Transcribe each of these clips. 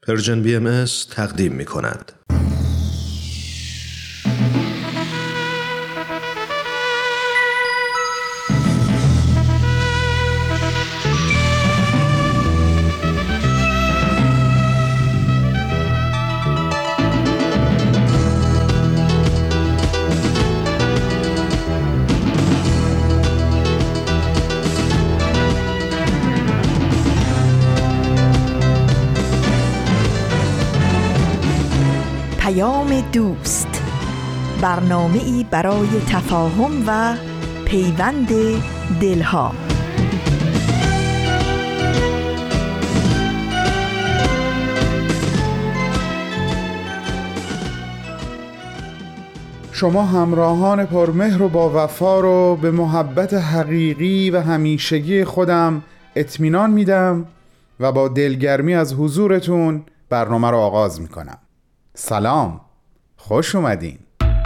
پرژن BMS تقدیم می کند. دوست، برنامه‌ای برای تفاهم و پیوند دلها. شما همراهان پرمهر و با وفا رو به محبت حقیقی و همیشگی خودم اطمینان میدم و با دلگرمی از حضورتون برنامه رو آغاز میکنم. سلام، خوش اومدین.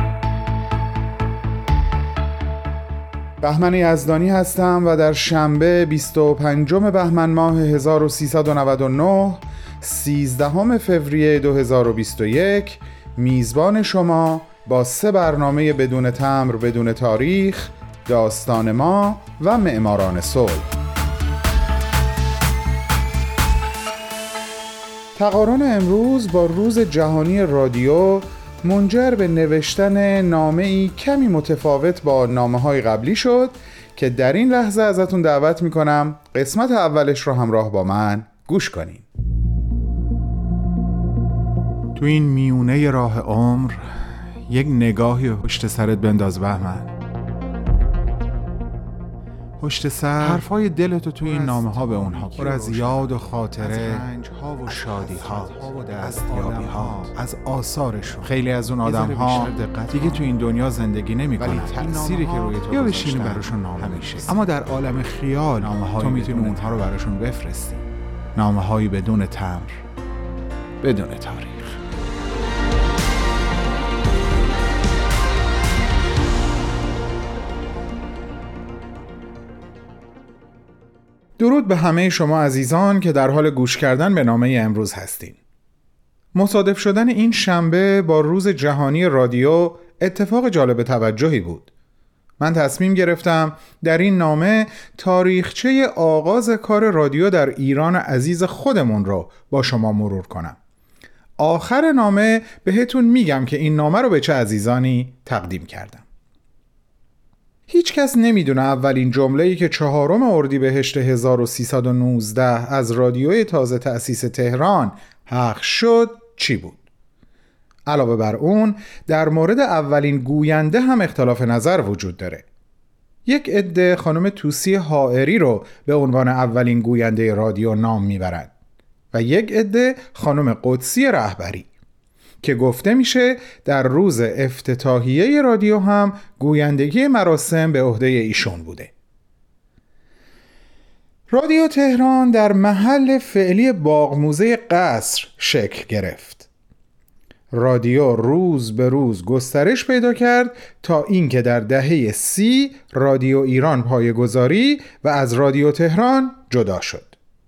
بهمن یزدانی هستم و در شنبه 25 بهمن ماه 1399 13 فوریه 2021 میزبان شما با 3 برنامه بدون تمبر بدون تاریخ، داستان ما و معماران صلح. تقارن امروز با روز جهانی رادیو منجر به نوشتن نامه‌ای کمی متفاوت با نامه‌های قبلی شد که در این لحظه ازتون دعوت میکنم قسمت اولش رو همراه با من گوش کنین. تو این میونه راه عمر یک نگاهی پشت سرت بنداز بهمن. پشت سر حرفای دلتو توی این نامه ها به اونها پر از یاد و خاطره، از رنج ها و شادی ها و دستیابی ها، از آثارشون. خیلی از اون آدم ها دیگه تو این دنیا زندگی نمی کنن، تأثیری که روی تو یا بشینی براشون نامه میشه. اما در عالم خیال تو میتونی اونها رو براشون بفرستی. نامه هایی بدون تمبر، بدون تاریخ. درود به همه شما عزیزان که در حال گوش کردن به نامه امروز هستین. مصادف شدن این شنبه با روز جهانی رادیو اتفاق جالب توجهی بود. من تصمیم گرفتم در این نامه تاریخچه آغاز کار رادیو در ایران عزیز خودمون رو با شما مرور کنم. آخر نامه بهتون میگم که این نامه رو به چه عزیزانی تقدیم کردم. هیچ کس نمیدونه اولین جمله‌ای که 4 اردیبهشت 1319 از رادیوی تازه تأسیس تهران پخش شد چی بود. علاوه بر اون در مورد اولین گوینده هم اختلاف نظر وجود داره. یک عده خانم توسی حائری رو به عنوان اولین گوینده رادیو نام میبرند و یک عده خانم قدسی رهبری که گفته میشه در روز افتتاحیه رادیو هم گویندگی مراسم به عهده ایشون بوده. رادیو تهران در محل فعلی باغ موزه قصر شکل گرفت. رادیو روز به روز گسترش پیدا کرد تا اینکه در دهه 30 رادیو ایران پایه‌گذاری و از رادیو تهران جدا شد.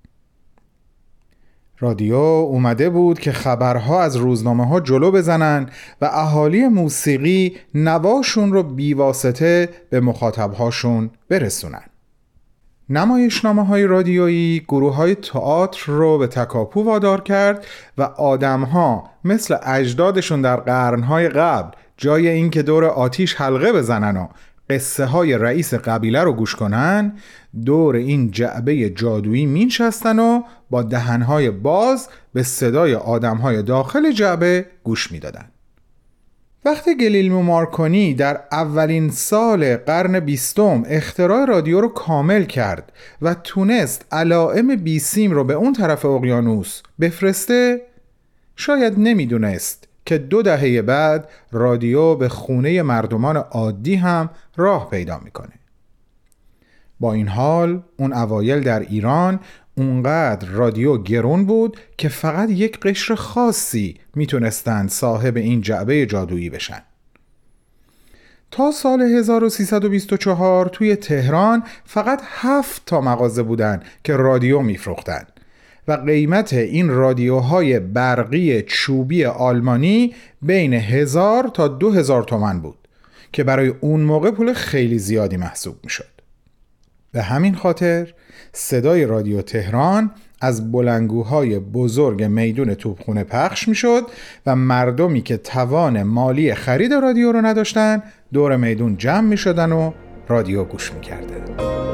رادیو اومده بود که خبرها از روزنامه ها جلو بزنن و اهالی موسیقی نواشون رو بیواسطه به مخاطبهاشون برسونن. نمایشنامه های رادیویی گروه های تئاتر رو به تکاپو وادار کرد و آدم ها مثل اجدادشون در قرنهای قبل جای این که دور آتیش حلقه بزنن و قصه های رئیس قبیله رو گوش کنن، دور این جعبه جادویی مینشستن و با دهنهای باز به صدای آدمهای داخل جعبه گوش میدادن. وقتی گلیلمو مارکونی در اولین سال قرن 20 اختراع رادیو رو کامل کرد و تونست علائم بیسیم رو به اون طرف اقیانوس بفرسته، شاید نمیدونست که 2 دهه بعد رادیو به خونه مردمان عادی هم راه پیدا میکنه. با این حال اون اوایل در ایران اونقدر رادیو گرون بود که فقط یک قشر خاصی میتونستند صاحب این جعبه جادویی بشن. تا سال 1324 توی تهران فقط 7 تا مغازه بودن که رادیو میفروختن و قیمت این رادیوهای برقی چوبی آلمانی بین 1000 تا 2000 تومان بود که برای اون موقع پول خیلی زیادی محسوب می شد. به همین خاطر صدای رادیو تهران از بلندگوهای بزرگ میدون توپخانه پخش می شد و مردمی که توان مالی خرید رادیو رو نداشتن دور میدون جمع می شدن و رادیو گوش می کردن.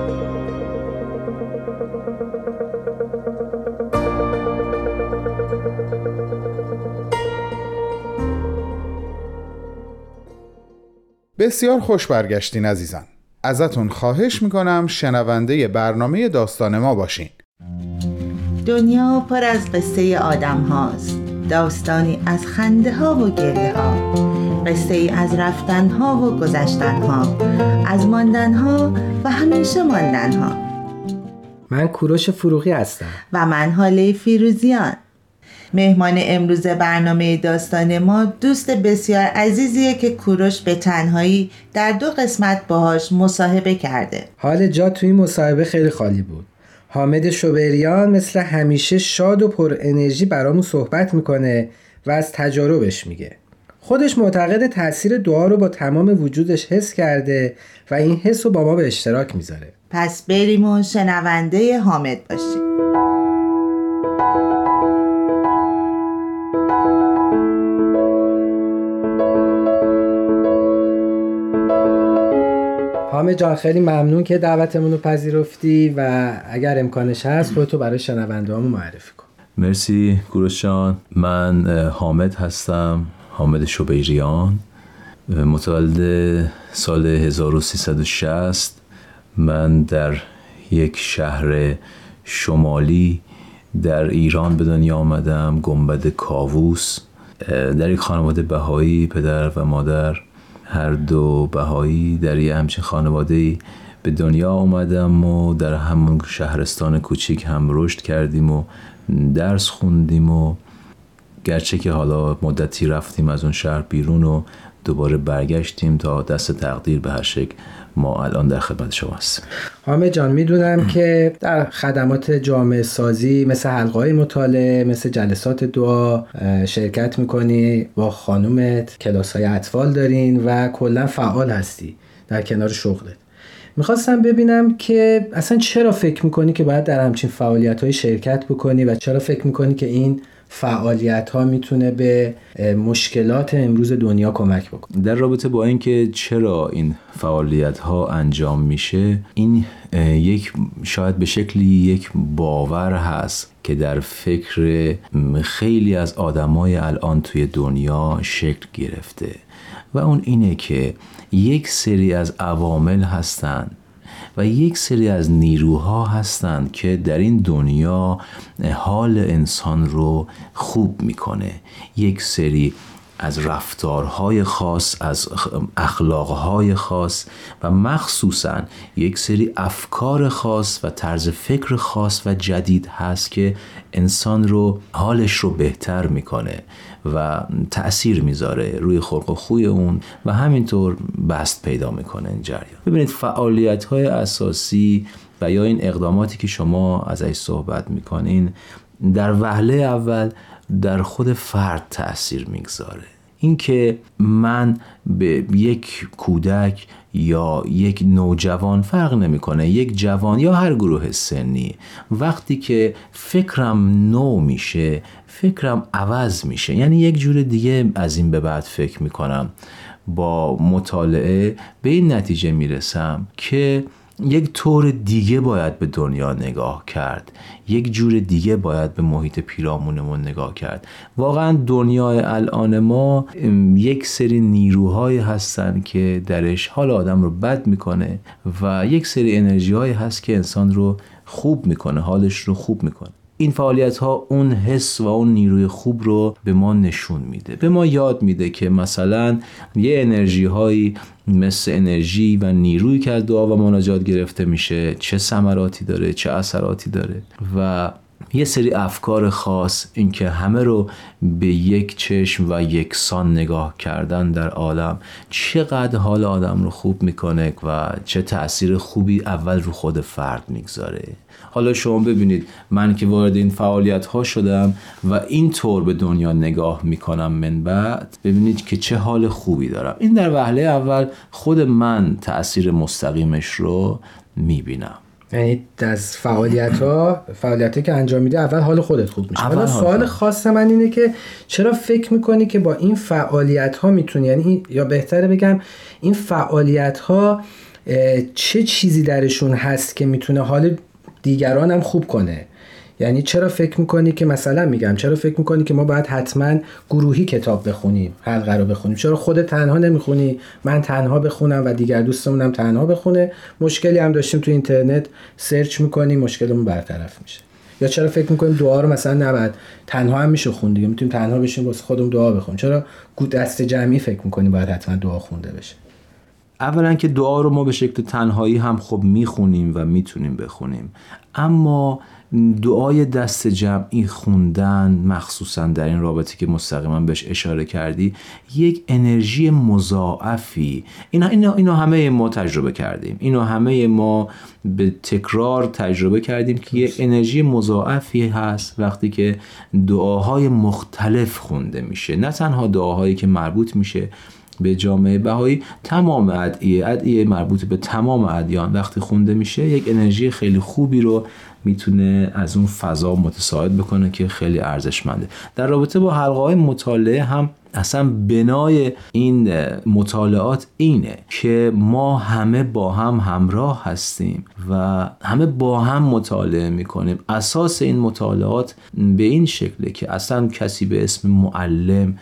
بسیار خوش برگشتین عزیزان. ازتون خواهش میکنم شنونده برنامه داستان ما باشین. دنیا پر از قصه آدم هاست، داستانی از خنده ها و گریه ها، قصه ای از رفتن ها و گذشتن ها، از ماندن ها و همیشه ماندن ها. من کوروش فروغی هستم و من هاله فیروزیان. مهمان امروز برنامه داستان ما دوست بسیار عزیزیه که کوروش به تنهایی در 2 قسمت باهاش مصاحبه کرده. حال جا توی این مصاحبه خیلی خالی بود. حامد شوبریان مثل همیشه شاد و پر انرژی برامون صحبت میکنه و از تجاربش میگه. خودش معتقد تأثیر دعا رو با تمام وجودش حس کرده و این حس رو با ما به اشتراک میذاره. پس بریم و شنونده حامد باشیم. حامد جان خیلی ممنون که دعوتمون رو پذیرفتی و اگر امکانش هست خودتو برای شنونده‌هامون معرفی کن. مرسی کوروش جان. من حامد هستم، حامد شوبریان، متولد سال 1360. من در یک شهر شمالی در ایران به دنیا آمدم، گنبد کاووس، در یک خانواده بهایی، پدر و مادر هر دو بهایی. در یه همچین خانواده‌ای به دنیا آمدم و در همون شهرستان کوچیک هم رشد کردیم و درس خوندیم و گرچه که حالا مدتی رفتیم از اون شهر بیرون و دوباره برگشتیم تا دست تقدیر به هر شکل ما الان در خدمت شما هستیم. حامد جان میدونم که در خدمات جامعه سازی مثل حلقه‌های مطالعه، مثل جلسات دعا شرکت میکنی، با خانومت کلاس‌های اطفال دارین و کلا فعال هستی در کنار شغلت. میخواستم ببینم که اصلا چرا فکر میکنی که باید در همچین فعالیت‌های شرکت بکنی و چرا فکر میکنی که این فعالیت‌ها میتونه به مشکلات امروز دنیا کمک بکنه؟ در رابطه با اینکه چرا این فعالیت‌ها انجام میشه، این یک شاید به شکلی یک باور هست که در فکر خیلی از آدمای الان توی دنیا شکل گرفته و اون اینه که یک سری از عوامل هستن و یک سری از نیروها هستند که در این دنیا حال انسان رو خوب میکنه. یک سری از رفتارهای خاص، از اخلاقهای خاص و مخصوصاً یک سری افکار خاص و طرز فکر خاص و جدید هست که انسان رو حالش رو بهتر میکنه و تأثیر میذاره روی خلق و خوی اون و همینطور بست پیدا میکنه این جریان. ببینید فعالیت‌های اساسی و یا این اقداماتی که شما ازش صحبت میکنین در وهله اول در خود فرد تأثیر میگذاره. این که من به یک کودک یا یک نوجوان فرق نمیکنه، یک جوان یا هر گروه سنی، وقتی که فکرم نو میشه، فکرم عوض میشه، یعنی یک جور دیگه از این به بعد فکر میکنم، با مطالعه به این نتیجه میرسم که یک طور دیگه باید به دنیا نگاه کرد، یک جور دیگه باید به محیط پیرامونمون نگاه کرد. واقعا دنیای الان ما یک سری نیروهایی هستن که درش حال آدم رو بد میکنه و یک سری انرژی هایی هست که انسان رو خوب میکنه، حالش رو خوب میکنه. این فعالیت ها اون حس و اون نیروی خوب رو به ما نشون میده، به ما یاد میده که مثلا یه انرژی هایی مثل انرژی و نیرویی که از دعا و مناجات گرفته میشه چه ثمراتی داره، چه اثراتی داره و یه سری افکار خاص، اینکه همه رو به یک چشم و یکسان نگاه کردن در عالم چقدر حال آدم رو خوب میکنه و چه تأثیر خوبی اول رو خود فرد میگذاره. حالا شما ببینید من که وارد این فعالیت ها شدم و این طور به دنیا نگاه میکنم، من بعد ببینید که چه حال خوبی دارم. این در وهله اول خود من تأثیر مستقیمش رو میبینم. یعنی از فعالیتی که انجام میده اول حال خودت خوب میشه. حالا سوال خاص من اینه که چرا فکر میکنی که با این فعالیت ها میتونی، یعنی یا بهتره بگم این فعالیت ها چه چیزی درشون هست که میتونه حال دیگران هم خوب کنه؟ یعنی چرا فکر میکنی که چرا فکر میکنی که ما باید حتما گروهی کتاب بخونیم، حلقه رو بخونیم؟ چرا خودت تنها نمیخونی، من تنها بخونم و دیگر دوستمونم تنها بخونه؟ مشکلی هم داشتیم تو اینترنت سرچ میکنیم، مشکلمون برطرف میشه. یا چرا فکر میکنیم دعا رو مثلا نباید تنها هم میشه خوند دیگه، میتونیم تنها بشیم واسه خودمون دعا بخونیم؟ چرا دست جمعی فکر میکنیم باید حتما دعا خونده بشه؟ اولا که دعا رو ما به شکل تنهایی هم خب میخونیم و میتونیم بخونیم، اما دعای دست جمعی خوندن، مخصوصا در این رابطه که مستقیما بهش اشاره کردی، یک انرژی مضاعفی، اینا همه ما تجربه کردیم، اینو همه ما به تکرار تجربه کردیم که یک انرژی مضاعفی هست وقتی که دعاهای مختلف خونده میشه. نه تنها دعاهایی که مربوط میشه به جامعه بهایی، تمام ادعیه مربوط به تمام ادیان وقتی خونده میشه یک انرژی خیلی خوبی رو میتونه از اون فضا متساعد بکنه که خیلی ارزشمنده. در رابطه با حلقه‌های مطالعه هم اصلا بنای این مطالعات اینه که ما همه با هم همراه هستیم و همه با هم مطالعه میکنیم. اساس این مطالعات به این شکله که اصلا کسی به اسم معلم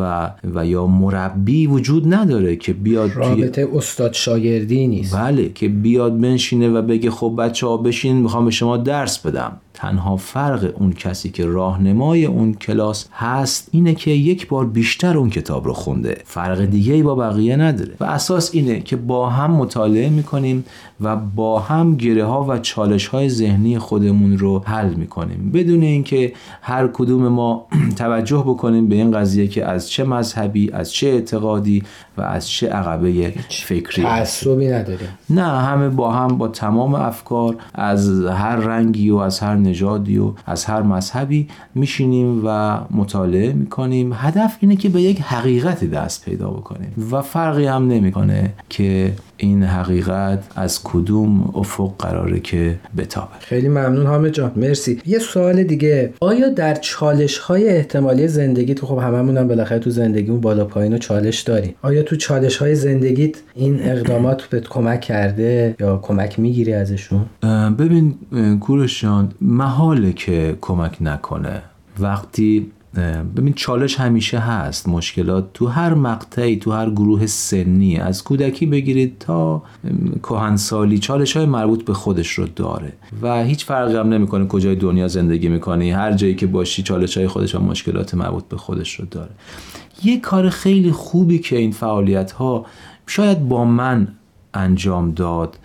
و یا مربی وجود نداره که بیاد رابطه استاد شاگردی نیست. بله، که بیاد بنشینه و بگه خب بچه‌ها بشین میخوام به شما درس بدم. تنها فرق اون کسی که راهنمای اون کلاس هست اینه که یک بار بیشتر اون کتاب رو خونده، فرق دیگه‌ای با بقیه نداره. و اساس اینه که با هم مطالعه میکنیم و با هم گره‌ها و چالش‌های ذهنی خودمون رو حل میکنیم، بدون اینکه هر کدوم ما توجه بکنیم به این قضیه که از چه مذهبی، از چه اعتقادی و از چه عقبه فکری تعصبی نداریم. نه، همه با هم با تمام افکار از هر رنگی و از هر نژادی و از هر مذهبی میشینیم و مطالعه میکنیم. هدف اینه که به یک حقیقت دست پیدا بکنیم و فرقی هم نمیکنه که این حقیقت از کدوم افق قراره که بتابه. خیلی ممنون حامد جان، مرسی. یه سوال دیگه، آیا در چالش‌های احتمالی زندگی، تو خب هممون هم بالاخره تو زندگیمون بالا پایین و چالش داریم، آیا تو چالش‌های زندگیت این اقدامات بهت کمک کرده یا کمک میگیری ازشون؟ ببین کوروش جان، محاله که کمک نکنه. وقتی ببین چالش همیشه هست، مشکلات تو هر مقطعی، تو هر گروه سنی، از کودکی بگیرید تا کهنسالی، چالش‌های مربوط به خودش رو داره و هیچ فرقی هم نمی‌کنه کجای دنیا زندگی می‌کنی، هر جایی که باشی چالش‌های خودش و مشکلات مربوط به خودش رو داره. یه کار خیلی خوبی که این فعالیت‌ها شاید با من انجام داد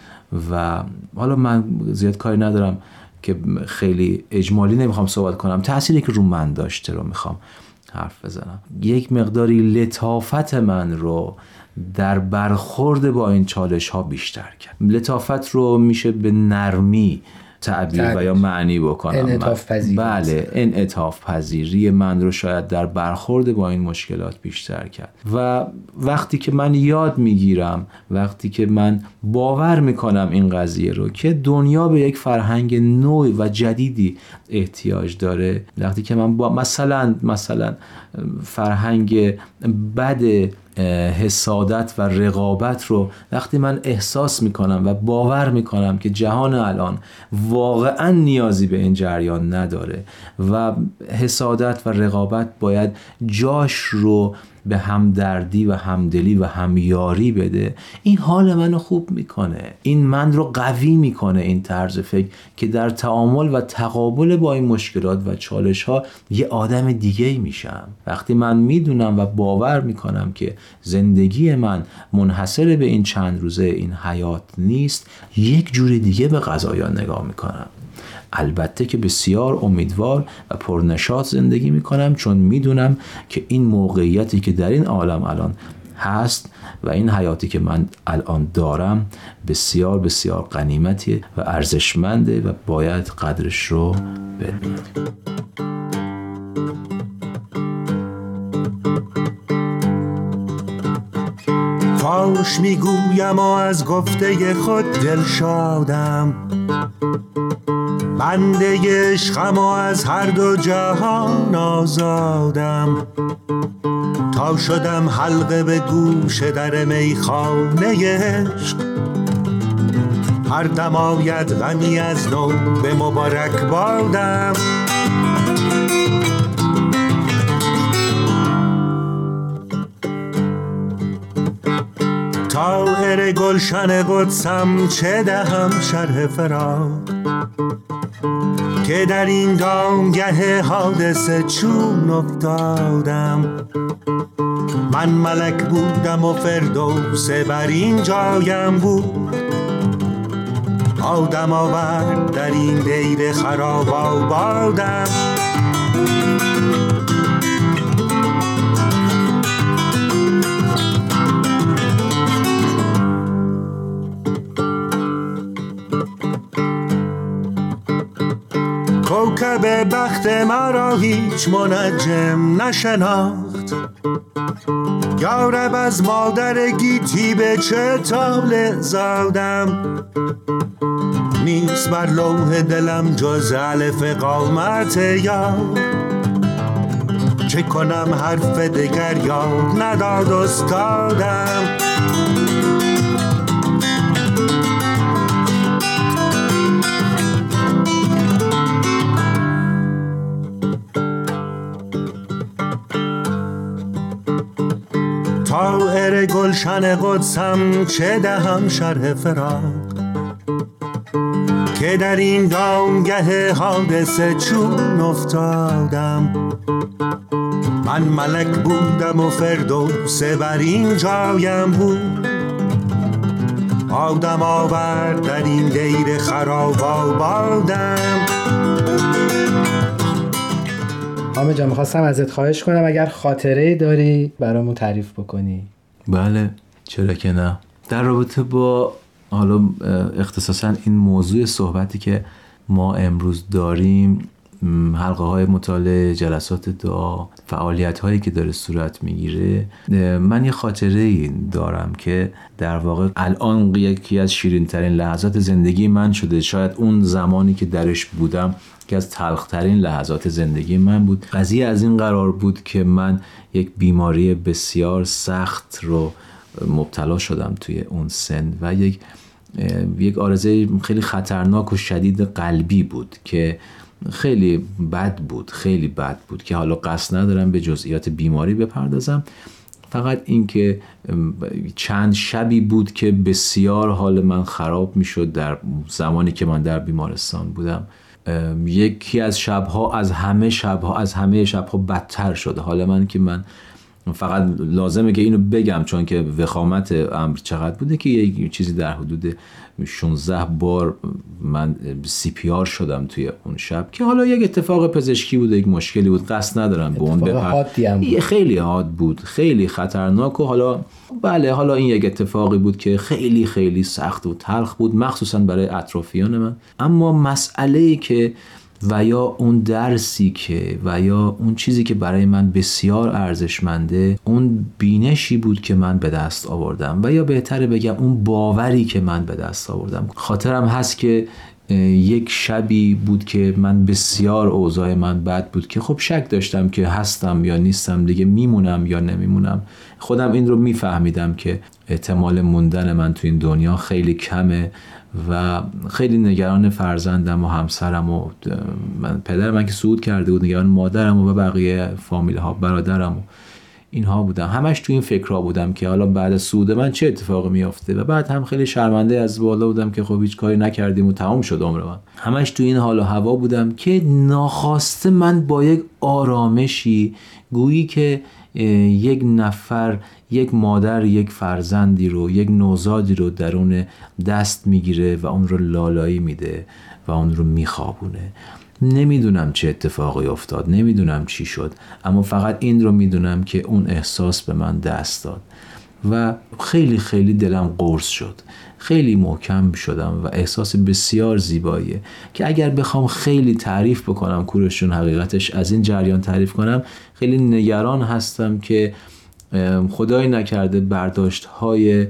و حالا من زیاد کاری ندارم که خیلی اجمالی نمیخوام صحبت کنم، تأثیری که رو من داشته رو میخوام حرف بزنم. یک مقداری لطافت من رو در برخورد با این چالش ها بیشتر کرد. لطافت رو میشه به نرمی تعبیر و یا معنی بکنم. انعطاف پذیری. بله، انعطاف پذیری من رو شاید در برخورد با این مشکلات بیشتر کرد و وقتی که من یاد میگیرم، وقتی که من باور میکنم این قضیه رو که دنیا به یک فرهنگ نوع و جدیدی احتیاج داره، وقتی که من با مثلا فرهنگ بد حسادت و رقابت رو وقتی من احساس میکنم و باور میکنم که جهان الان واقعا نیازی به این جریان نداره و حسادت و رقابت باید جاش رو به همدردی و همدلی و همیاری بده، این حال منو خوب میکنه، این من رو قوی میکنه، این طرز فکر که در تعامل و تقابل با این مشکلات و چالش ها یه آدم دیگه‌ای میشم. وقتی من میدونم و باور میکنم که زندگی من منحصر به این چند روزه این حیات نیست، یک جور دیگه به قضایا نگاه میکنم البته که بسیار امیدوار و پرنشاط زندگی میکنم، چون میدونم که این موقعیتی که در این عالم الان هست و این حیاتی که من الان دارم بسیار بسیار غنیمتیه و ارزشمنده و باید قدرش رو بدونم. فاش میگویم و از گفته خود دل شادم، بنده عشقم و از هر دو جهان آزادم. تا شدم حلقه به گوش در میخانه عشق، هر دم آید غمی از نو به مبارک بادم. طاهر گلشن قدسم چه دهم شرح فراق، که در این دامگه حادثه چون افتادم. من ملک بودم و فردوس بر این جایم بود، آدم آورد در این دیر خراب آبادم. کوکب بخت مرا هیچ منجم نشناخت، یارب از مادر گیتی به چه طالع زادم. نیست بر لوح دلم جز الف قامت یاد، چه کنم حرف دگر یاد نداد استادم. طاهر گلشن قدسم چه دهم شرح فراق، که در این دامگه حادثه چون افتادم. من ملک بودم و فردوس بر این جایم بود، آدم آورد در این دیر خراب آبادم. حامد جان، میخواستم ازت خواهش کنم اگر خاطره‌ای داری برامون تعریف بکنی. بله، چرا که نه. در رابطه با حالا اختصاصا این موضوع صحبتی که ما امروز داریم، حلقه های مطالعه، جلسات دعا، فعالیت هایی که داره صورت میگیره، من یه خاطره دارم که در واقع الان یکی از شیرین ترین لحظات زندگی من شده. شاید اون زمانی که درش بودم که از تلخترین لحظات زندگی من بود. قضیه از این قرار بود که من یک بیماری بسیار سخت رو مبتلا شدم توی اون سن و یک عارضه خیلی خطرناک و شدید قلبی بود که خیلی بد بود که حالا قصد ندارم به جزئیات بیماری بپردازم. فقط این که چند شبی بود که بسیار حال من خراب می شد در زمانی که من در بیمارستان بودم. یکی از شبها از همه شبها بدتر شد حال من، که من فقط لازمه که اینو بگم چون که وخامت امر چقدر بوده که یک چیزی در حدود 16 بار من CPR شدم توی اون شب، که حالا یک اتفاق پزشکی بوده، یک مشکلی بود، قصد ندارم به اون خیلی حاد بود، خیلی خطرناک و حالا این یک اتفاقی بود که خیلی خیلی سخت و تلخ بود، مخصوصا برای اطرافیان من. اما مسئله‌ای که و یا اون درسی که و یا اون چیزی که برای من بسیار ارزشمنده، اون بینشی بود که من به دست آوردم و یا بهتره بگم اون باوری که من به دست آوردم. خاطرم هست که یک شبی بود که من بسیار اوضاع من بد بود که خب شک داشتم که هستم یا نیستم دیگه، میمونم یا نمیمونم. خودم این رو میفهمیدم که احتمال موندن من تو این دنیا خیلی کمه و خیلی نگران فرزندم و همسرم و پدر من که صعود کرده بود، نگران مادرم و بقیه فامیل ها، برادرم و اینها بودم. همش تو این فکرها بودم که حالا بعد از صعود من چه اتفاقی میافته و بعد هم خیلی شرمنده از بالا بودم که خب هیچ کاری نکردیم و تمام شد عمر من. همش تو این حال و هوا بودم که ناخواسته من با یک آرامشی، گویی که یک نفر، یک مادر یک فرزندی رو، یک نوزادی رو درون دست میگیره و اون رو لالایی میده و و اون رو میخوابونه. نمیدونم چه اتفاقی افتاد، نمیدونم چی شد، اما فقط این رو میدونم که اون احساس به من دست داد و خیلی خیلی دلم قرص شد، خیلی محکم شدم و احساس بسیار زیباییه که اگر بخوام خیلی تعریف بکنم کوروشون، حقیقتش از این جریان تعریف کنم، خیلی نگران هستم که خدای نکرده برداشت‌های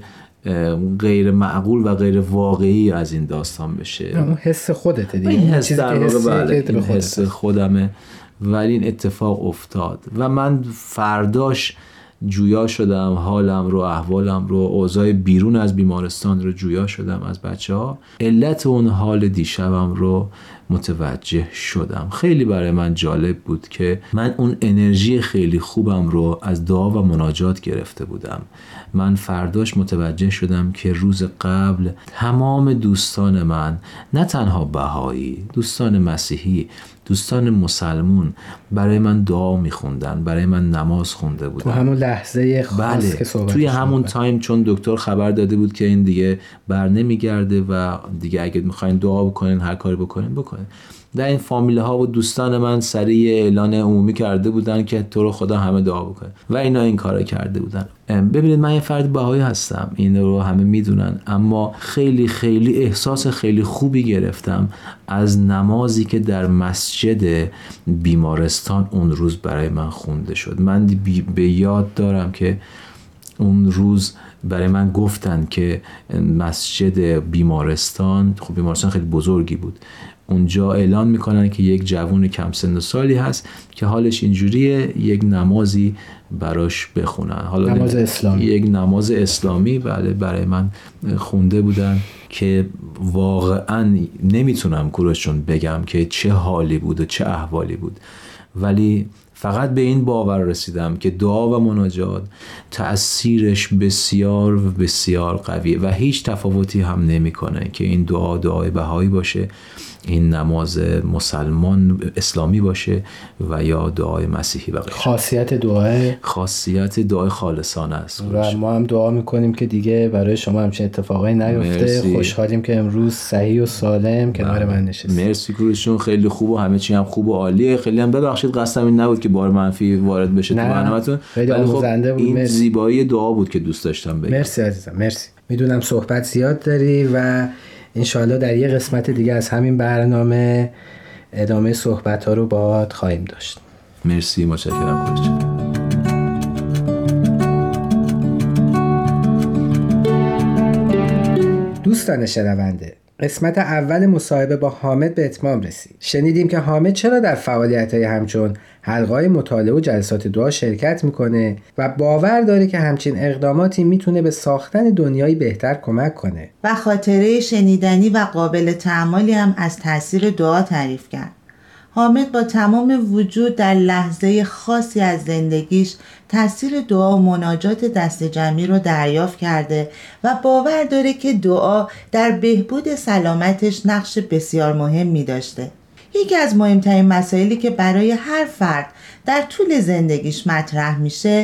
غیر معقول و غیر واقعی از این داستان بشه. اون حس خودته دیگه، این حس در واقع این حس خودمه، ولی این اتفاق افتاد و من فرداش جویا شدم، حالم رو، احوالم رو، اوضاع بیرون از بیمارستان رو جویا شدم از بچه‌ها. علت اون حال دیشبم رو متوجه شدم. خیلی برای من جالب بود که من اون انرژی خیلی خوبم رو از دعا و مناجات گرفته بودم. من فرداش متوجه شدم که روز قبل تمام دوستان من، نه تنها بهایی، دوستان مسیحی، دوستان مسلمون، برای من دعا میخوندن، برای من نماز خونده بودن. تو همون لحظه خاص که صحبتش توی همون تایم، چون دکتر خبر داده بود که این دیگه بر نمیگرده و دیگه اگه میخواین دعا بکنین، هر کاری بکنین. در این فامیله ها و دوستان من سریع اعلان عمومی کرده بودن که تو رو خدا همه دعا بکنن و اینا این کارو کرده بودن. ببینید من یه فرد بهایی هستم، این رو همه میدونن، اما خیلی خیلی احساس خیلی خوبی گرفتم از نمازی که در مسجد بیمارستان اون روز برای من خونده شد. من به یاد دارم که اون روز برای من گفتن که مسجد بیمارستان، خب بیمارستان خیلی بزرگی بود، اونجا اعلان میکنن که یک جوان کم سن و سالی هست که حالش اینجوریه، یک نمازی براش بخونن. حالا نماز اسلامی، یک نماز اسلامی بله برای من خونده بودن که واقعا نمیتونم کوروشون بگم که چه حالی بود و چه احوالی بود، ولی فقط به این باور رسیدم که دعا و مناجات تأثیرش بسیار و بسیار قویه و هیچ تفاوتی هم نمیکنه که این دعا دعای بهایی باشه، این نماز مسلمان اسلامی باشه و یا دعای مسیحی و غیره. خاصیت دعای خالصانه است و ما هم دعا میکنیم که دیگه برای شما همچین اتفاقایی نیفته. خوشحالیم که امروز صحیح و سالم کنار من نشستید. مرسی کوروشون، خیلی خوب و همه چی هم خوب و عالیه. خیلی هم ببخشید قصدم این نبود که بار منفی وارد بشه تو برنامه‌تون، خیلی آموزنده بود. این زیبایی دعا بود که دوست داشتم بگم. مرسی عزیزم، مرسی. میدونم صحبت زیاد داری و انشالله در یه قسمت دیگه از همین برنامه ادامه صحبت ها رو باهات خواهیم داشت. مرسی، متشکرم کوروش. دوستان شنونده، قسمت اول مصاحبه با حامد به اتمام رسید. شنیدیم که حامد چرا در فعالیت‌های همچون حلقه‌های مطالعه و جلسات دعا شرکت میکنه و باور داره که همچین اقداماتی میتونه به ساختن دنیایی بهتر کمک کنه و خاطره شنیدنی و قابل تأملی هم از تاثیر دعا تعریف کرد. حامد با تمام وجود در لحظه خاصی از زندگیش تاثیر دعا و مناجات دست جمعی رو دریافت کرده و باور داره که دعا در بهبود سلامتش نقش بسیار مهمی داشته. یکی از مهمترین مسائلی که برای هر فرد در طول زندگیش مطرح میشه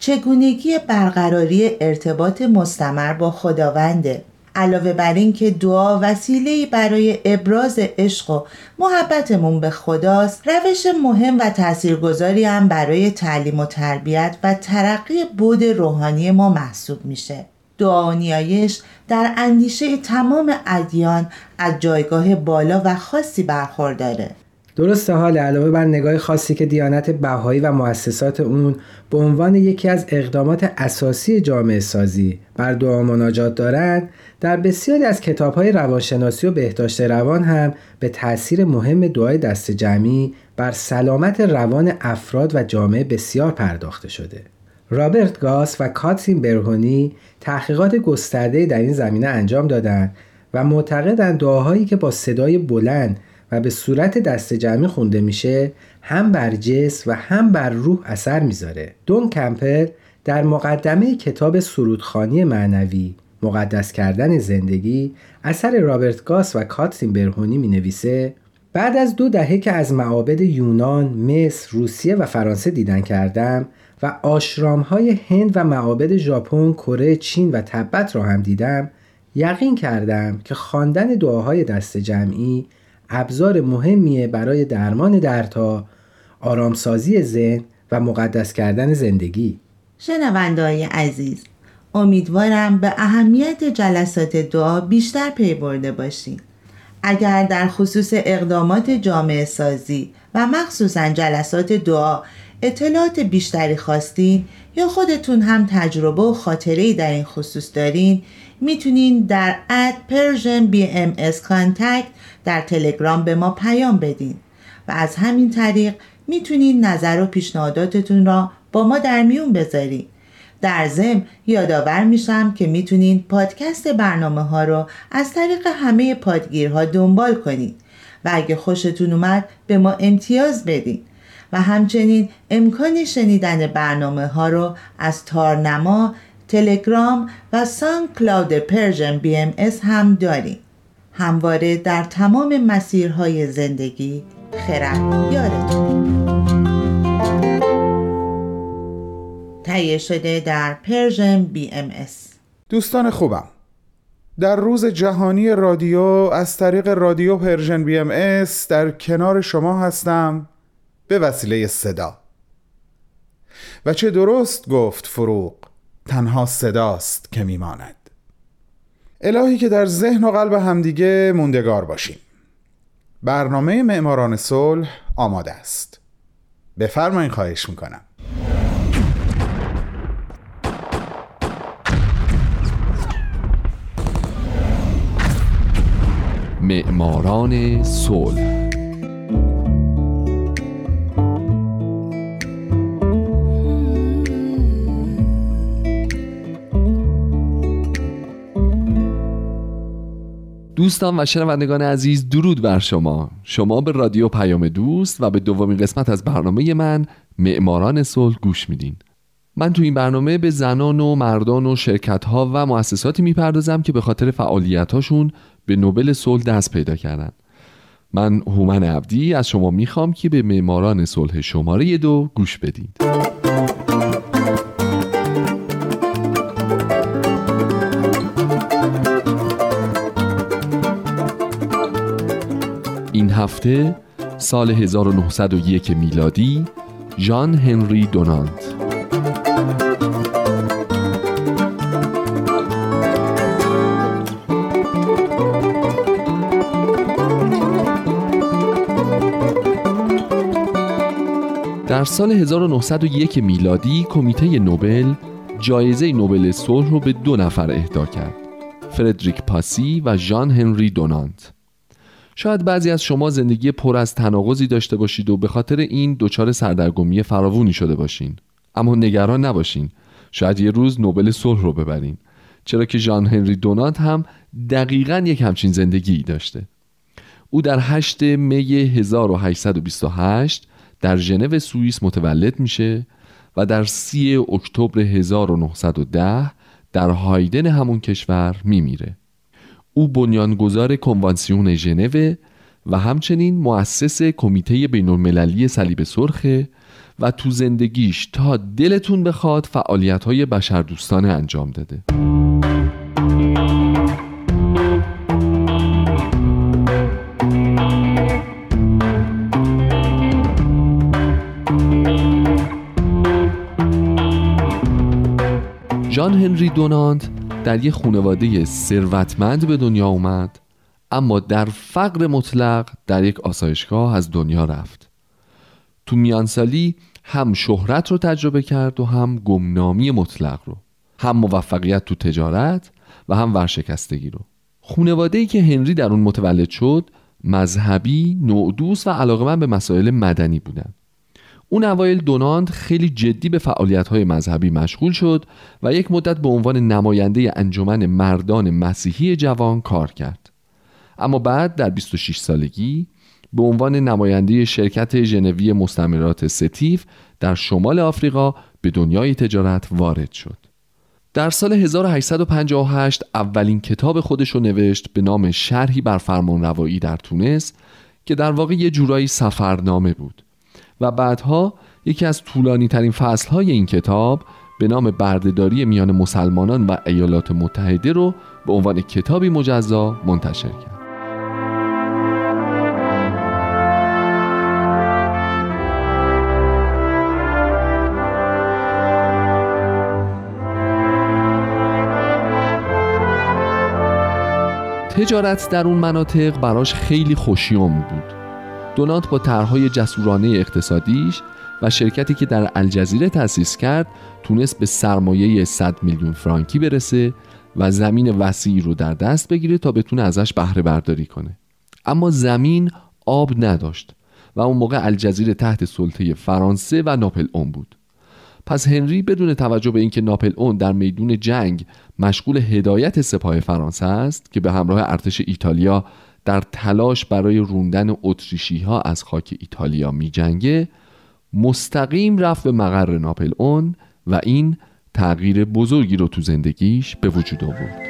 چگونگی برقراری ارتباط مستمر با خداونده. علاوه بر این که دعا وسیله‌ای برای ابراز عشق و محبتمون به خداست، روش مهم و تاثیرگذاری هم برای تعلیم و تربیت و ترقی بعد روحانی ما محسوب میشه. دعا و نیایش در اندیشه تمام ادیان از جایگاه بالا و خاصی برخورداره. درسته. حال علاوه بر نگاه خاصی که دیانت بهایی و مؤسسات اون به عنوان یکی از اقدامات اساسی جامعه سازی بر دعا و مناجات دارند، در بسیاری از کتاب‌های روانشناسی و بهداشت روان هم به تأثیر مهم دعای دست جمعی بر سلامت روان افراد و جامعه بسیار پرداخته شده. رابرت گاس و کاترین برهونی تحقیقات گسترده‌ای در این زمینه انجام دادند و معتقدند دعاهایی که با صدای بلند و به صورت دست جمعی خونده میشه هم بر جسم و هم بر روح اثر میذاره. دون کمپل در مقدمه کتاب سرودخوانی معنوی مقدس کردن زندگی اثر رابرت گاس و کاترین برهونی می نویسه بعد از 2 دهه که از معابد یونان، مصر، روسیه و فرانسه دیدن کردم و آشرام‌های هند و معابد ژاپن، کره، چین و تبت را هم دیدم، یقین کردم که خواندن دعاهای دست جمعی ابزار مهمیه برای درمان دردها، آرامسازی ذهن و مقدس کردن زندگی. شنونده‌های عزیز، امیدوارم به اهمیت جلسات دعا بیشتر پی برده باشید. اگر در خصوص اقدامات جامعه سازی و مخصوصاً جلسات دعا اطلاعات بیشتری خواستین یا خودتون هم تجربه و خاطره‌ای در این خصوص دارین، میتونین در @PersianBMSContact در تلگرام به ما پیام بدین و از همین طریق میتونین نظر و پیشنهاداتتون را با ما در میون بذارین. در ضمن یادآور میشم که میتونین پادکست برنامه ها رو از طریق همه پادگیرها دنبال کنید و اگه خوشتون اومد به ما امتیاز بدین و همچنین امکان شنیدن برنامه ها رو از تارنما، تلگرام و ساوندکلاود پرژن BMS هم داریم. همواره در تمام مسیرهای زندگی خرد یادتون. تهیه شده در پرژن BMS. دوستان خوبم، در روز جهانی رادیو از طریق رادیو پرژن BMS در کنار شما هستم به وسیله صدا. و چه درست گفت فروغ، تنها صداست که میماند. الهی که در ذهن و قلب همدیگه موندگار باشیم. برنامه معماران صلح آماده است. بفرمایید، خواهش میکنم. معماران صلح. دوستان و شنوندگان عزیز، درود بر شما. شما به رادیو پیام دوست و به دومین قسمت از برنامه من معماران صلح گوش میدین. من تو این برنامه به زنان و مردان و شرکت‌ها و مؤسساتی میپردازم که به خاطر فعالیت‌هاشون به نوبل صلح دست پیدا کردن. من هومن عبدی از شما میخوام که به معماران صلح شماره 2 گوش بدید. این هفته سال 1901 میلادی، ژان هنری دونانت. در سال 1901 میلادی کمیته نوبل جایزه نوبل صلح رو به 2 نفر اهدا کرد: فردریک پاسی و ژان هنری دونانت. شاید بعضی از شما زندگی پر از تناقضی داشته باشید و به خاطر این دچار سردرگمی فراوانی شده باشین، اما نگران نباشین، شاید یه روز نوبل صلح رو ببرین، چرا که ژان هنری دونانت هم دقیقاً یک همچین زندگی داشته. او در 8 می 1828 در ژنو سوئیس متولد میشه و در 30 اکتبر 1910 در هایدن همون کشور میمیره. او بنیانگذار کنوانسیون ژنو و همچنین مؤسس کمیته بین‌المللی صلیب سرخه و تو زندگیش تا دلتون بخواد فعالیت‌های بشردوستانه انجام داده. ژان هنری دونانت در یک خانواده ثروتمند به دنیا اومد، اما در فقر مطلق در یک آسایشگاه از دنیا رفت. تو میانسالی هم شهرت رو تجربه کرد و هم گمنامی مطلق رو، هم موفقیت تو تجارت و هم ورشکستگی رو. خانواده‌ای که هنری در اون متولد شد مذهبی، نودوس و علاقه‌مند به مسائل مدنی بودن. اون اوایل دونانت خیلی جدی به فعالیت‌های مذهبی مشغول شد و یک مدت به عنوان نماینده انجمن مردان مسیحی جوان کار کرد. اما بعد در 26 سالگی به عنوان نماینده شرکت ژنوی مستعمرات ستیف در شمال آفریقا به دنیای تجارت وارد شد. در سال 1858 اولین کتاب خودش رو نوشت به نام شرحی بر فرمانروایی در تونس که در واقع یه جورایی سفرنامه بود و بعدها یکی از طولانی ترین فصلهای این کتاب به نام بردهداری میان مسلمانان و ایالات متحده رو به عنوان کتابی مجزا منتشر کرد. تجارت در اون مناطق براش خیلی خوشیوم بود. دونانت با طرح‌های جسورانه اقتصادیش و شرکتی که در الجزیره تأسیس کرد تونست به سرمایه 100 میلیون فرانکی برسه و زمین وسیعی رو در دست بگیره تا بتونه ازش بهره برداری کنه. اما زمین آب نداشت و اون موقع الجزیره تحت سلطه فرانسه و ناپل اون بود. پس هنری بدون توجه به اینکه ناپل اون در میدون جنگ مشغول هدایت سپاه فرانسه است که به همراه ارتش ایتالیا در تلاش برای روندن اتریشی‌ها از خاک ایتالیا می‌جنگه، مستقیم رفت به مقر ناپل اون و این تغییر بزرگی رو تو زندگیش به وجود آورد.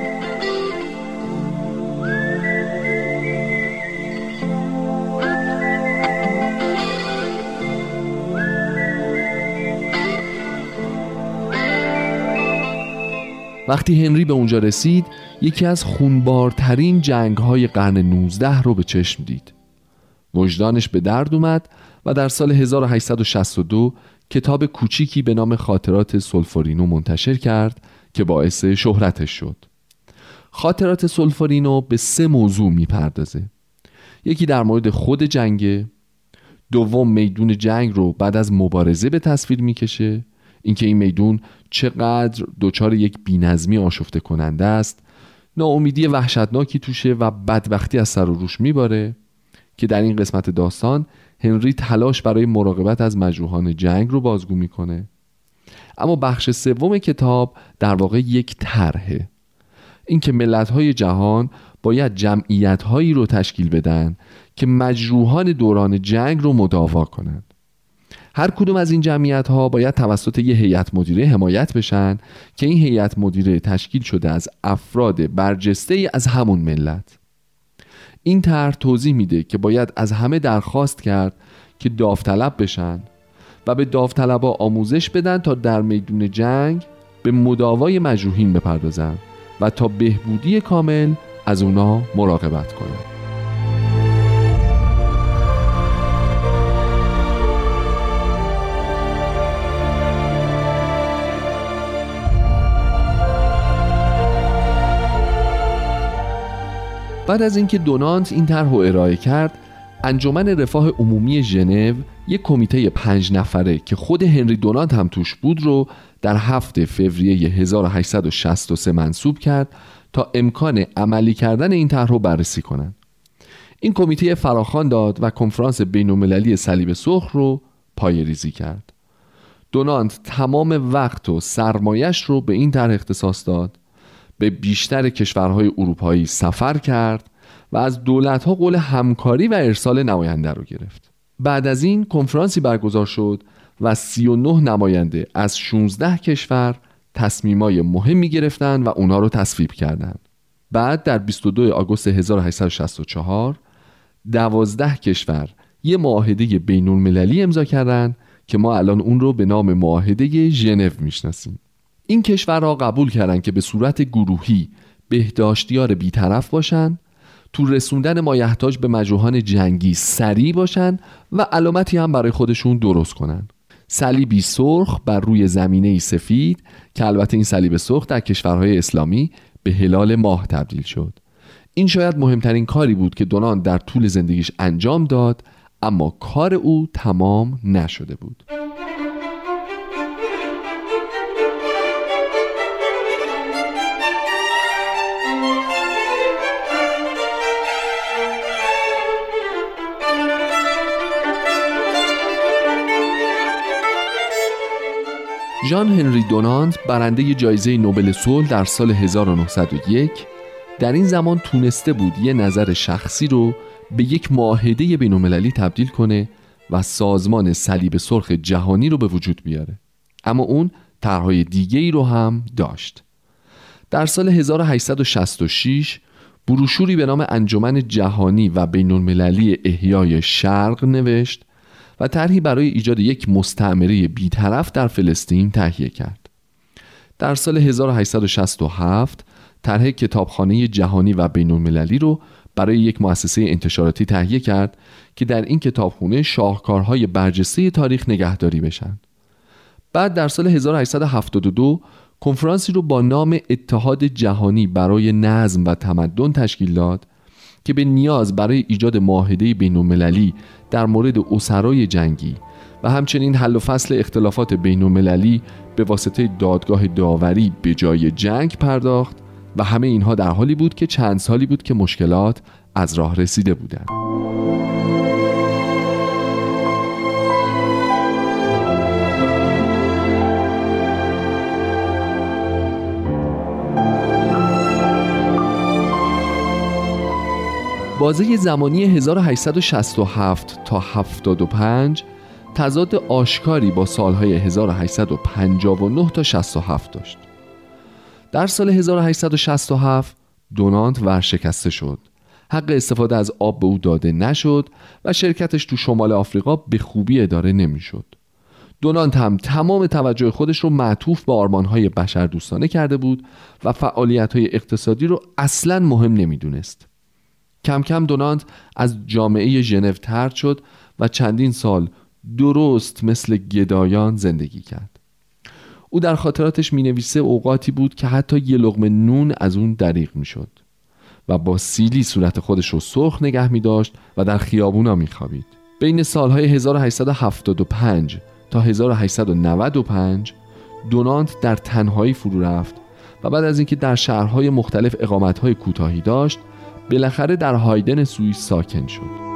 وقتی هنری به اونجا رسید، یکی از خونبارترین جنگ‌های قرن 19 رو به چشم دید. وجدانش به درد اومد و در سال 1862 کتاب کوچیکی به نام خاطرات سولفورینو منتشر کرد که باعث شهرتش شد. خاطرات سولفورینو به 3 موضوع میپردازه. یکی در مورد خود جنگه، دوم میدون جنگ رو بعد از مبارزه به تصویر میکشه، اینکه این میدون چقدر دچار یک بی‌نظمی آشفته کننده است، ناامیدی وحشتناکی توشه و بدبختی از سر و روش میباره، که در این قسمت داستان هنری تلاش برای مراقبت از مجروحان جنگ رو بازگو میکنه. اما بخش سوم کتاب در واقع یک طرحه، اینکه ملت‌های جهان باید جمعیت‌هایی رو تشکیل بدن که مجروحان دوران جنگ رو مداوا کنن. هر کدوم از این جمعیت‌ها باید توسط یه هیئت مدیره حمایت بشن که این هیئت مدیره تشکیل شده از افراد برجسته از همون ملت. این طرح توضیح میده که باید از همه درخواست کرد که داوطلب بشن و به داوطلبا آموزش بدن تا در میدون جنگ به مداوای مجروحین بپردازن و تا بهبودی کامل از اونا مراقبت کنن. بعد از اینکه دونانت این طرح رو ارائه کرد، انجمن رفاه عمومی ژنو یک کمیته 5 نفره که خود هنری دونانت هم توش بود رو در 7 فوریه 1863 منصوب کرد تا امکان عملی کردن این طرح رو بررسی کنند. این کمیته فراخوان داد و کنفرانس بین‌المللی صلیب سرخ رو پایه‌ریزی کرد. دونانت تمام وقت و سرمایش رو به این طرح اختصاص داد، به بیشتر کشورهای اروپایی سفر کرد و از دولت‌ها قول همکاری و ارسال نماینده رو گرفت. بعد از این کنفرانسی برگزار شد و 39 نماینده از 16 کشور تصمیمای مهمی گرفتن و اونا رو تصویب کردند. بعد در 22 آگوست 1864 12 کشور یه معاهده بین‌المللی امضا کردند که ما الان اون رو به نام معاهده ژنو میشناسیم. این کشورها قبول کردند که به صورت گروهی بهداشتیار بی‌طرف باشن، تو رسوندن مایحتاج به مجروحان جنگی سریع باشن و علامتی هم برای خودشون درست کنن. صلیبی سرخ بر روی زمینه سفید که البته این صلیب سرخ در کشورهای اسلامی به هلال ماه تبدیل شد. این شاید مهمترین کاری بود که دونانت در طول زندگیش انجام داد، اما کار او تمام نشده بود. ژان هنری دونانت برنده جایزه نوبل صلح در سال 1901 در این زمان تونسته بود یه نظر شخصی رو به یک معاهده بین‌المللی تبدیل کنه و سازمان صلیب سرخ جهانی رو به وجود بیاره. اما اون طرح‌های دیگه‌ای رو هم داشت. در سال 1866 بروشوری به نام انجمن جهانی و بین‌المللی احیای شرق نوشت و طرحی برای ایجاد یک مستعمره بی‌طرف در فلسطین تهیه کرد. در سال 1867 طرح کتابخانه جهانی و بین‌المللی رو برای یک مؤسسه انتشاراتی تهیه کرد که در این کتابخانه شاهکارهای برجسته تاریخ نگهداری بشن. بعد در سال 1872 کنفرانسی رو با نام اتحاد جهانی برای نظم و تمدن تشکیل داد که به نیاز برای ایجاد معاهده بین‌المللی در مورد اسرای جنگی و همچنین حل و فصل اختلافات بین‌المللی به واسطه دادگاه داوری به جای جنگ پرداخت و همه اینها در حالی بود که چند سالی بود که مشکلات از راه رسیده بودند. بازه زمانی 1867 تا 75 تضاد آشکاری با سالهای 1859 تا 67 داشت. در سال 1867 دونانت ورشکسته شد. حق استفاده از آب به او داده نشد و شرکتش تو شمال آفریقا به خوبی اداره نمیشد. دونانت هم تمام توجه خودش رو معطوف به آرمانهای بشردوستانه کرده بود و فعالیت‌های اقتصادی رو اصلاً مهم نمیدونست. کم کم دونانت از جامعه ژنو طرد شد و چندین سال درست مثل گدایان زندگی کرد. او در خاطراتش می‌نویسه اوقاتی بود که حتی یه لقمه نون از اون دریغ می‌شد و با سیلی صورت خودش رو سرخ نگه می‌داشت و در خیابونا می‌خوابید. بین سالهای 1875 تا 1895 دونانت در تنهایی فرو رفت و بعد از اینکه در شهرهای مختلف اقامت‌های کوتاهی داشت، بالاخره در هایدن سوئیس ساکن شد.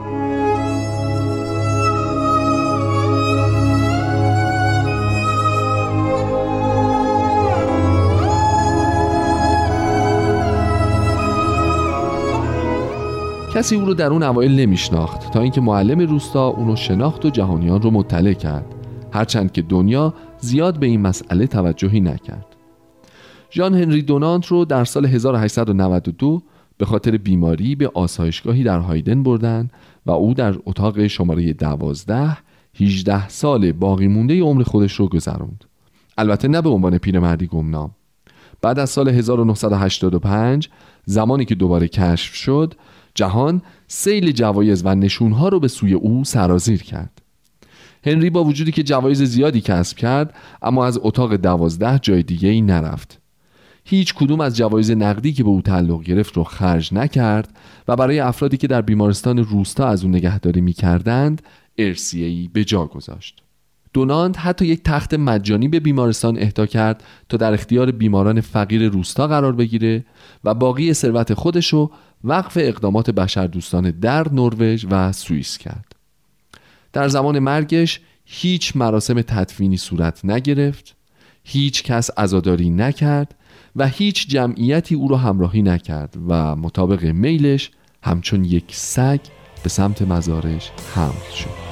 کسی او رو در اون اوایل نمیشناخت تا اینکه معلم روستا اونو شناخت و جهانیان رو مطلع کرد، هرچند که دنیا زیاد به این مسئله توجهی نکرد. ژان هنری دونانت رو در سال 1892 به خاطر بیماری به آسایشگاهی در هایدن بردن و او در اتاق شماره 12 18 سال باقی مونده عمر خودش رو گذروند. البته نه به عنوان پیرمردی گمنام. بعد از سال 1985 زمانی که دوباره کشف شد، جهان سیل جوایز و نشونها رو به سوی او سرازیر کرد. هنری با وجودی که جوایز زیادی کسب کرد، اما از اتاق 12 جای دیگه ای نرفت. هیچ کدوم از جوایز نقدی که به او تعلق گرفت رو خرج نکرد و برای افرادی که در بیمارستان روستا از اون نگهداری می‌کردند ارثیه‌ای به جا گذاشت. دونانت حتی یک تخت مجانی به بیمارستان اهدا کرد تا در اختیار بیماران فقیر روستا قرار بگیره و باقی ثروت خودش رو وقف اقدامات بشردوستانه در نروژ و سوئیس کرد. در زمان مرگش هیچ مراسم تدفینی صورت نگرفت، هیچ کس عزاداری نکرد و هیچ جمعیتی او را همراهی نکرد و مطابق میلش همچون یک سگ به سمت مزارش حمل شد.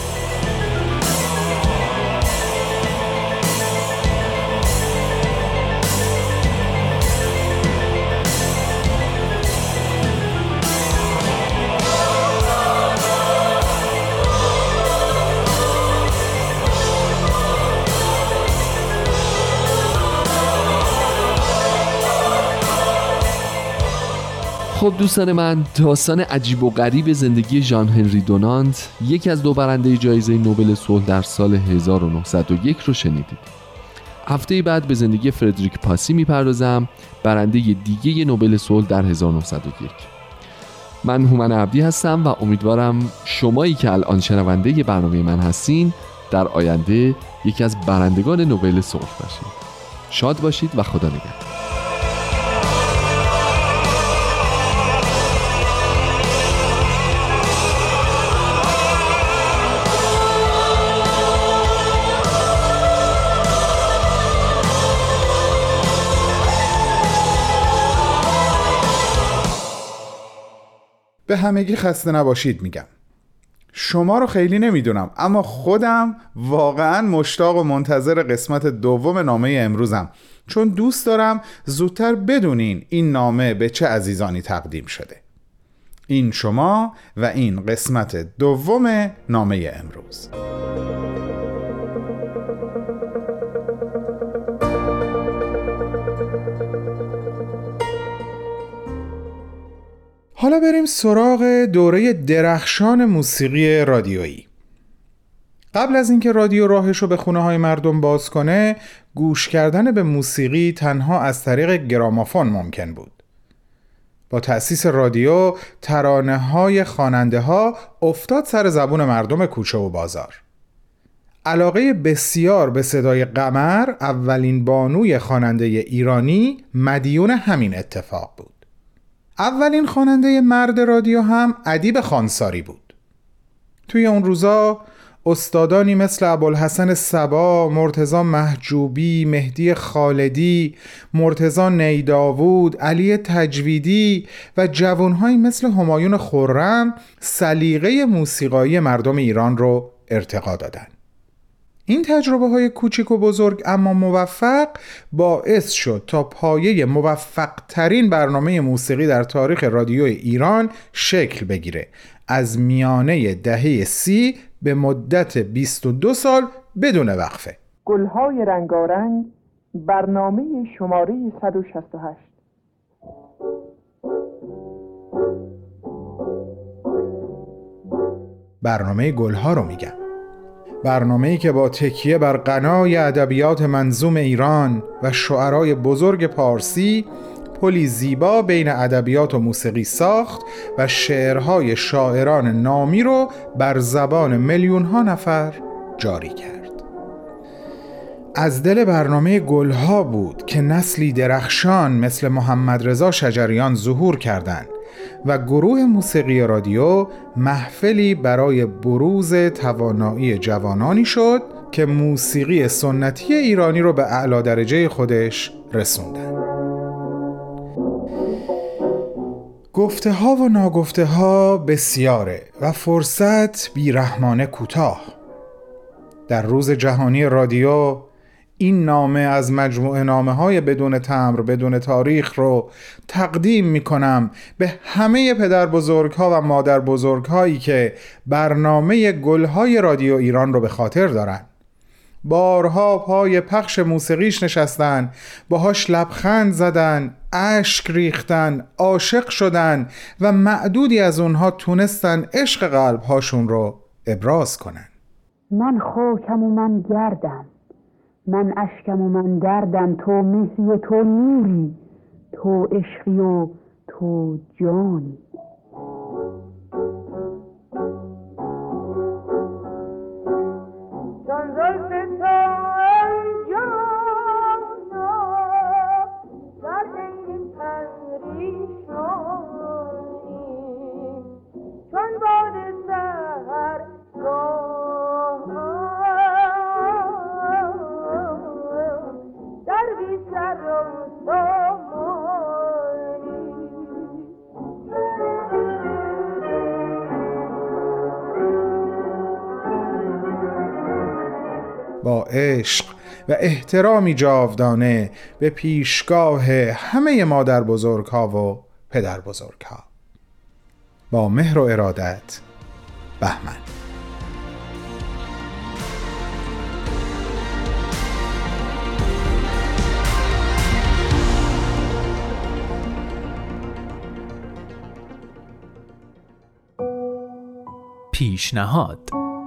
خب دوستان من، داستان عجیب و غریب زندگی ژان هنری دونانت، یکی از دو برنده جایزه نوبل صلح در سال 1901 رو شنیدید. هفته بعد به زندگی فردریک پاسی میپردازم، برنده دیگه نوبل صلح در 1901. من هومن عبدی هستم و امیدوارم شمایی که الان شنونده برنامه من هستین در آینده یکی از برندگان نوبل صلح باشید. شاد باشید و خدا نگهدار. به همگی خسته نباشید میگم. شما رو خیلی نمیدونم، اما خودم واقعا مشتاق و منتظر قسمت دوم نامه امروزم، چون دوست دارم زودتر بدونین این نامه به چه عزیزانی تقدیم شده. این شما و این قسمت دوم نامه امروز. حالا بریم سراغ دوره درخشان موسیقی رادیویی. قبل از اینکه رادیو راهش رو به خونه های مردم باز کنه، گوش کردن به موسیقی تنها از طریق گرامافون ممکن بود. با تأسیس رادیو، ترانه های خواننده ها افتاد سر زبون مردم کوچه و بازار. علاقه بسیار به صدای قمر، اولین بانوی خواننده ایرانی، مدیون همین اتفاق بود. اولین خواننده مرد رادیو هم ادیب خانساری بود. توی اون روزا استادانی مثل ابوالحسن صبا، مرتضی محجوبی، مهدی خالدی، مرتضی نیداود، علی تجویدی و جوانهایی مثل همایون خرم سلیقه موسیقایی مردم ایران رو ارتقا دادن. این تجربه های کوچیک و بزرگ اما موفق باعث شد تا پایه موفق ترین برنامه موسیقی در تاریخ رادیوی ایران شکل بگیره، از میانه دهه 30 به مدت 22 سال بدون وقفه. گلهای رنگارنگ، برنامه شماره 168. برنامه گلها رو میگم. برنامه‌ای که با تکیه بر غنای ادبیات منظوم ایران و شعرای بزرگ پارسی پلی زیبا بین ادبیات و موسیقی ساخت و شعرهای شاعران نامی رو بر زبان میلیون‌ها نفر جاری کرد. از دل برنامه گلها بود که نسلی درخشان مثل محمد رضا شجریان ظهور کردند و گروه موسیقی رادیو محفلی برای بروز توانایی جوانانی شد که موسیقی سنتی ایرانی رو به اعلی درجه خودش رسوندن. گفته ها و ناگفته ها بسیاره و فرصت بیرحمانه کوتاه. در روز جهانی رادیو این نامه از مجموعه نامه‌های بدون تمبر بدون تاریخ رو تقدیم می‌کنم به همه پدر بزرگ‌ها و مادر بزرگ‌هایی که برنامه گل‌های رادیو ایران رو به خاطر دارن. بارها پای پخش موسیقیش نشستن، باهاش لبخند زدن، اشک ریختن، عاشق شدن و معدودی از اونها تونستن عشق قلب‌هاشون رو ابراز کنن. من خاکم و من گردم، من اشکم و من دردم، تو مهری و تو نوری، تو عشقی و تو جانی. با عشق و احترامی جاودانه به پیشگاه همه مادر بزرگ‌ها و پدر بزرگ‌ها. با مهر و ارادت، بهمن. پیشنهاد.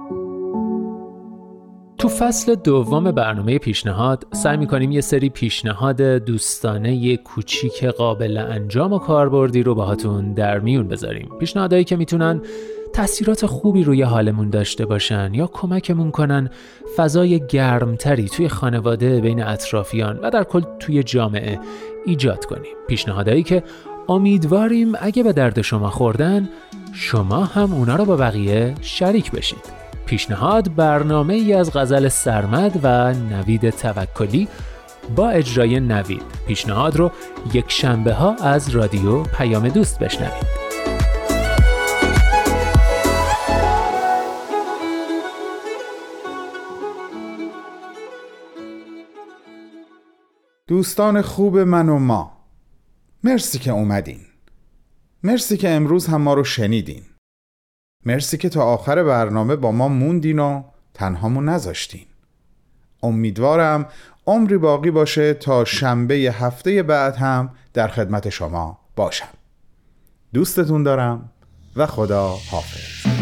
تو فصل دوم برنامه پیشنهاد سعی می‌کنیم یه سری پیشنهاد دوستانه کوچیک قابل انجام و کاربردی رو باهاتون در میون بذاریم. پیشنهادایی که میتونن تأثیرات خوبی روی حالمون داشته باشن یا کمکمون کنن فضای گرمتری توی خانواده، بین اطرافیان و در کل توی جامعه ایجاد کنیم. پیشنهادایی که امیدواریم اگه به درد شما خوردن، شما هم اونا رو با بقیه شریک بشید. پیشنهاد برنامه ای از غزل سرمد و نوید توکلی با اجرای نوید. پیشنهاد رو یک شنبه ها از رادیو پیام دوست بشنوید. دوستان خوب من و ما، مرسی که اومدین. مرسی که امروز هم ما رو شنیدین. مرسی که تا آخر برنامه با ما موندین و تنهامون نذاشتین. امیدوارم عمری باقی باشه تا شنبه هفته بعد هم در خدمت شما باشم. دوستتون دارم و خدا حافظ.